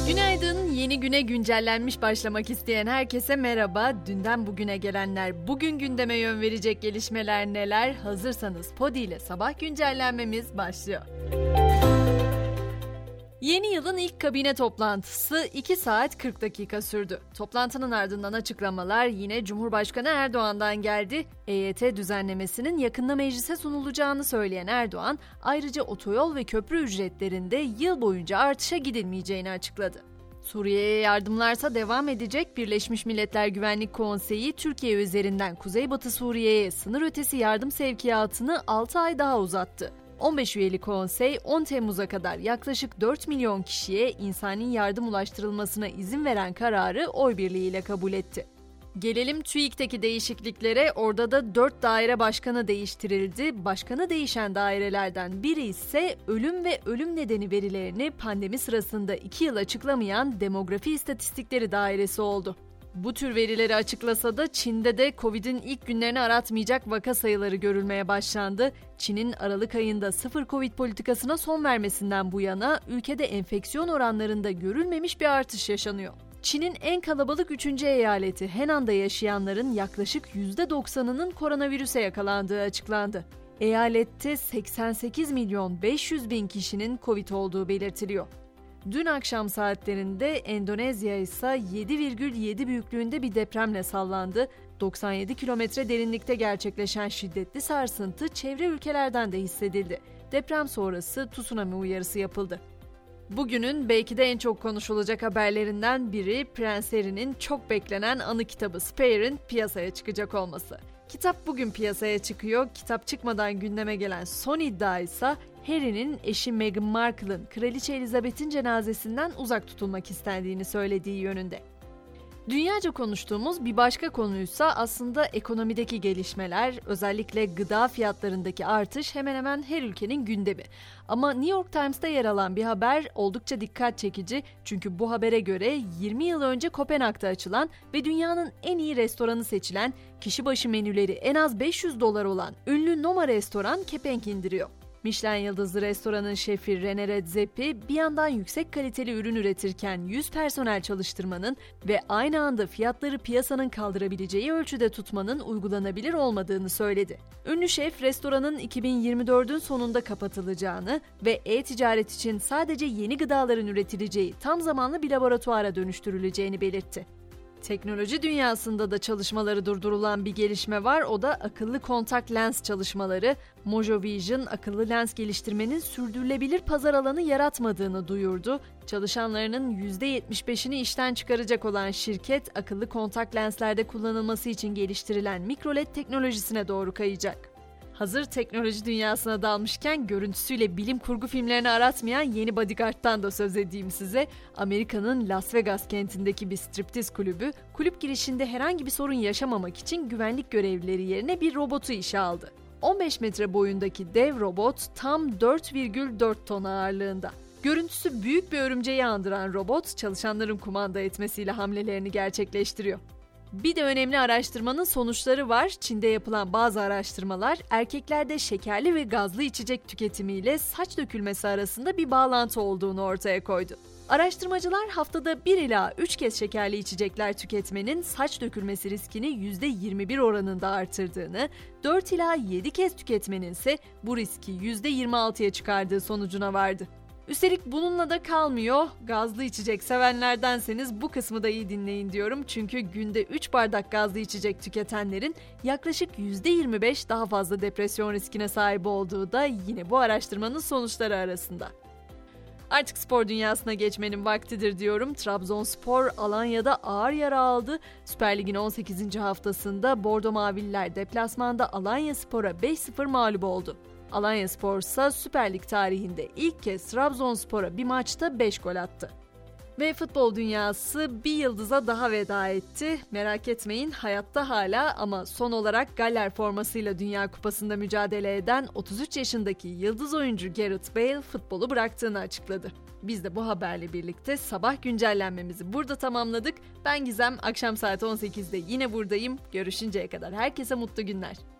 Günaydın, yeni güne güncellenmiş başlamak isteyen herkese merhaba. Dünden bugüne gelenler, bugün gündeme yön verecek gelişmeler neler? Hazırsanız Podi ile sabah güncellenmemiz başlıyor. Yeni yılın ilk kabine toplantısı 2 saat 40 dakika sürdü. Toplantının ardından açıklamalar yine Cumhurbaşkanı Erdoğan'dan geldi. EYT düzenlemesinin yakında meclise sunulacağını söyleyen Erdoğan, ayrıca otoyol ve köprü ücretlerinde yıl boyunca artışa gidilmeyeceğini açıkladı. Suriye'ye yardımlarsa devam edecek. Birleşmiş Milletler Güvenlik Konseyi, Türkiye üzerinden Kuzeybatı Suriye'ye sınır ötesi yardım sevkiyatını 6 ay daha uzattı. 15 üyeli konsey 10 Temmuz'a kadar yaklaşık 4 milyon kişiye insani yardım ulaştırılmasına izin veren kararı oy birliğiyle kabul etti. Gelelim TÜİK'teki değişikliklere. Orada da 4 daire başkanı değiştirildi. Başkanı değişen dairelerden biri ise ölüm ve ölüm nedeni verilerini pandemi sırasında 2 yıl açıklamayan Demografi İstatistikleri Dairesi oldu. Bu tür verileri açıklasa da Çin'de de Covid'in ilk günlerini aratmayacak vaka sayıları görülmeye başlandı. Çin'in Aralık ayında sıfır Covid politikasına son vermesinden bu yana ülkede enfeksiyon oranlarında görülmemiş bir artış yaşanıyor. Çin'in en kalabalık 3. eyaleti Henan'da yaşayanların yaklaşık %90'ının koronavirüse yakalandığı açıklandı. Eyalette 88 milyon 500 bin kişinin Covid olduğu belirtiliyor. Dün akşam saatlerinde Endonezya ise 7,7 büyüklüğünde bir depremle sallandı. 97 kilometre derinlikte gerçekleşen şiddetli sarsıntı çevre ülkelerden de hissedildi. Deprem sonrası tsunami uyarısı yapıldı. Bugünün belki de en çok konuşulacak haberlerinden biri Prens Harry'nin çok beklenen anı kitabı Spare'in piyasaya çıkacak olması. Kitap bugün piyasaya çıkıyor. Kitap çıkmadan gündeme gelen son iddia ise Harry'nin eşi Meghan Markle'ın Kraliçe Elizabeth'in cenazesinden uzak tutulmak istendiğini söylediği yönünde. Dünyaca konuştuğumuz bir başka konuysa aslında ekonomideki gelişmeler, özellikle gıda fiyatlarındaki artış hemen hemen her ülkenin gündemi. Ama New York Times'ta yer alan bir haber oldukça dikkat çekici, çünkü bu habere göre 20 yıl önce Kopenhag'da açılan ve dünyanın en iyi restoranı seçilen, kişi başı menüleri en az $500 olan ünlü Noma restoran kepenk indiriyor. Michelin yıldızlı restoranın şefi René Redzepi bir yandan yüksek kaliteli ürün üretirken 100 personel çalıştırmanın ve aynı anda fiyatları piyasanın kaldırabileceği ölçüde tutmanın uygulanabilir olmadığını söyledi. Ünlü şef restoranın 2024'ün sonunda kapatılacağını ve e-ticaret için sadece yeni gıdaların üretileceği tam zamanlı bir laboratuvara dönüştürüleceğini belirtti. Teknoloji dünyasında da çalışmaları durdurulan bir gelişme var, o da akıllı kontak lens çalışmaları. Mojo Vision, akıllı lens geliştirmenin sürdürülebilir pazar alanı yaratmadığını duyurdu. Çalışanlarının %75'ini işten çıkaracak olan şirket, akıllı kontak lenslerde kullanılması için geliştirilen mikroled teknolojisine doğru kayacak. Hazır teknoloji dünyasına dalmışken görüntüsüyle bilim kurgu filmlerini aratmayan yeni Bodyguard'tan da söz edeyim size. Amerika'nın Las Vegas kentindeki bir striptiz kulübü, kulüp girişinde herhangi bir sorun yaşamamak için güvenlik görevlileri yerine bir robotu işe aldı. 15 metre boyundaki dev robot tam 4,4 ton ağırlığında. Görüntüsü büyük bir örümceği andıran robot, çalışanların kumanda etmesiyle hamlelerini gerçekleştiriyor. Bir de önemli araştırmanın sonuçları var. Çin'de yapılan bazı araştırmalar erkeklerde şekerli ve gazlı içecek tüketimiyle saç dökülmesi arasında bir bağlantı olduğunu ortaya koydu. Araştırmacılar haftada 1 ila 3 kez şekerli içecekler tüketmenin saç dökülmesi riskini %21 oranında artırdığını, 4 ila 7 kez tüketmenin ise bu riski %26'ya çıkardığı sonucuna vardı. Üstelik bununla da kalmıyor. Gazlı içecek sevenlerdenseniz bu kısmı da iyi dinleyin diyorum. Çünkü günde 3 bardak gazlı içecek tüketenlerin yaklaşık %25 daha fazla depresyon riskine sahip olduğu da yine bu araştırmanın sonuçları arasında. Artık spor dünyasına geçmenin vaktidir diyorum. Trabzonspor Alanya'da ağır yara aldı. Süper Lig'in 18. haftasında Bordo Mavililer deplasmanda Alanyaspor'a 5-0 mağlup oldu. Alanyaspor ise Süper Lig tarihinde ilk kez Trabzonspor'a bir maçta 5 gol attı. Ve futbol dünyası bir yıldıza daha veda etti. Merak etmeyin, hayatta hala, ama son olarak Galler formasıyla Dünya Kupası'nda mücadele eden 33 yaşındaki yıldız oyuncu Gareth Bale futbolu bıraktığını açıkladı. Biz de bu haberle birlikte sabah güncellenmemizi burada tamamladık. Ben Gizem, akşam saat 18'de yine buradayım. Görüşünceye kadar herkese mutlu günler.